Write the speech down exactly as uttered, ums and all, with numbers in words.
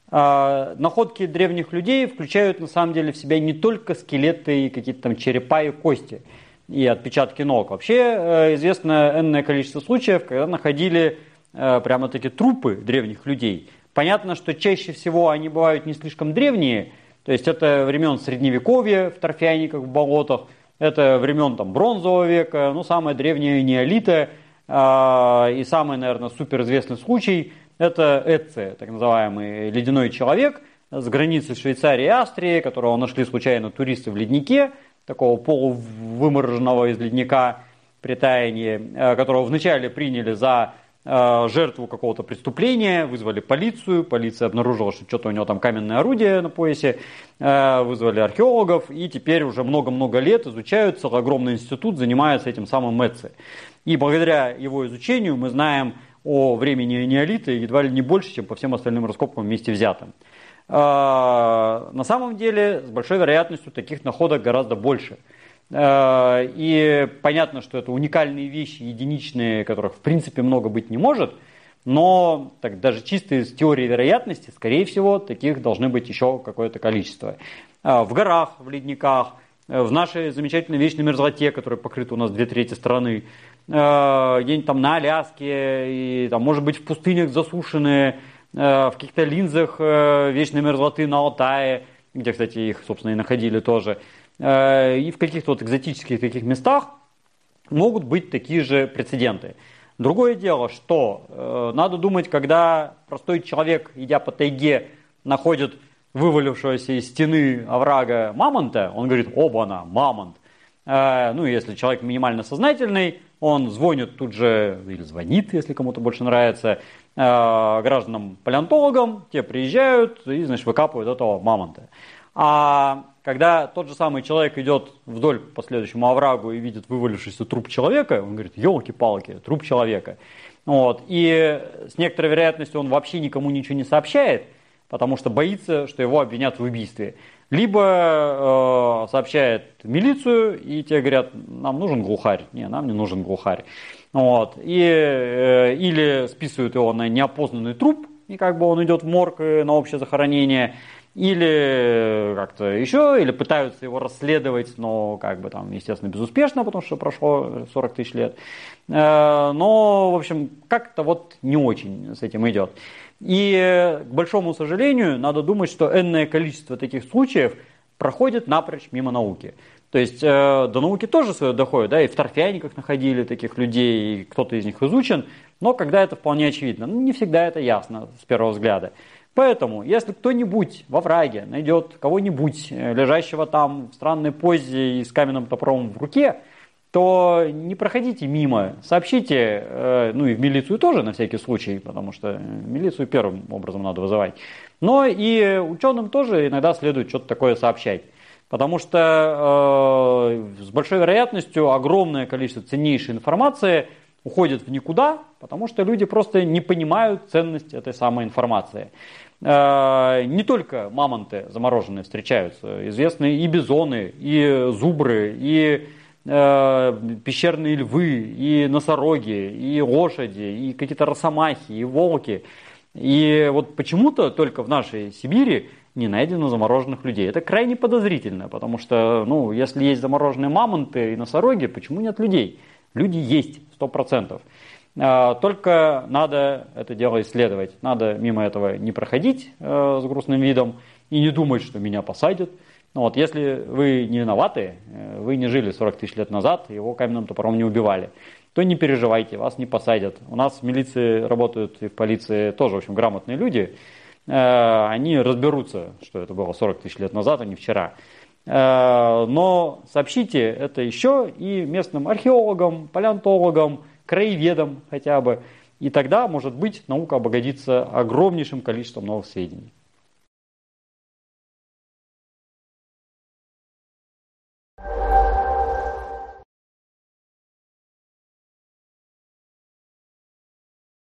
Находки древних людей включают на самом деле в себя не только скелеты и какие-то там черепа и кости и отпечатки ног. Вообще известно энное количество случаев, когда находили прямо-таки трупы древних людей. Понятно, что чаще всего они бывают не слишком древние, то есть это времен Средневековья в торфяниках, в болотах, это времен там, Бронзового века, ну самое древнее неолита, и самый, наверное, суперизвестный случай – это Эцце, так называемый ледяной человек с границы Швейцарии и Австрии, которого нашли случайно туристы в леднике, такого полувымороженного из ледника при таянии, которого вначале приняли за жертву какого-то преступления, вызвали полицию, полиция обнаружила, что что-то у него там каменное орудие на поясе, вызвали археологов, и теперь уже много-много лет изучают, целый огромный институт занимается этим самым Эцце. И благодаря его изучению мы знаем о времени неолита едва ли не больше, чем по всем остальным раскопкам вместе взятым. На самом деле, с большой вероятностью, таких находок гораздо больше. И понятно, что это уникальные вещи, единичные, которых в принципе много быть не может, но так, даже чисто из теории вероятности, скорее всего, таких должны быть еще какое-то количество. В горах, в ледниках, в нашей замечательной вечной мерзлоте, которая покрыта у нас две трети страны, где-нибудь там на Аляске, и, там, может быть в пустынях засушенные, в каких-то линзах вечной мерзлоты на Алтае, где, кстати, их, собственно, и находили тоже, и в каких-то вот экзотических таких местах могут быть такие же прецеденты. Другое дело, что э, надо думать, когда простой человек, идя по тайге, находит вывалившегося из стены оврага мамонта, он говорит: оба-на, мамонт. Э, ну, если человек минимально сознательный, он звонит тут же, или звонит, если кому-то больше нравится, э, гражданам-палеонтологам, те приезжают и, значит, выкапывают этого мамонта. А когда тот же самый человек идет вдоль по следующему оврагу и видит вывалившийся труп человека, он говорит: елки-палки, труп человека. Вот. И с некоторой вероятностью он вообще никому ничего не сообщает, потому что боится, что его обвинят в убийстве. Либо э, сообщает милицию, и те говорят: нам нужен глухарь. Не, нам не нужен глухарь. Вот. И, э, или списывают его на неопознанный труп, и как бы он идет в морг на общее захоронение. Или как-то еще, или пытаются его расследовать, но как бы там, естественно, безуспешно, потому что прошло сорок тысяч лет. Но, в общем, как-то вот не очень с этим идет. И, к большому сожалению, надо думать, что энное количество таких случаев проходит напрочь мимо науки. То есть до науки тоже свое доходит, да, и в торфяниках находили таких людей, и кто-то из них изучен, но когда это вполне очевидно, ну, не всегда это ясно с первого взгляда. Поэтому, если кто-нибудь во враге найдет кого-нибудь, лежащего там в странной позе и с каменным топором в руке, то не проходите мимо, сообщите, ну и в милицию тоже на всякий случай, потому что милицию первым образом надо вызывать. Но и ученым тоже иногда следует что-то такое сообщать, потому что э, с большой вероятностью огромное количество ценнейшей информации уходит в никуда, потому что люди просто не понимают ценность этой самой информации. Не только мамонты замороженные встречаются, известны и бизоны, и зубры, и пещерные львы, и носороги, и лошади, и какие-то росомахи, и волки. И вот почему-то только в нашей Сибири не найдено замороженных людей. Это крайне подозрительно, потому что, ну, если есть замороженные мамонты и носороги, почему нет людей? Люди есть, сто процентов. Только надо это дело исследовать. Надо мимо этого не проходить с грустным видом и не думать, что меня посадят. Ну вот, если вы не виноваты, вы не жили сорок тысяч лет назад, его каменным топором не убивали, то не переживайте, вас не посадят. У нас в милиции работают и в полиции тоже, в общем, грамотные люди. Они разберутся, что это было сорок тысяч лет назад, а не вчера. Но сообщите это еще и местным археологам, палеонтологам, краеведам хотя бы. И тогда, может быть, наука обогатится огромнейшим количеством новых сведений.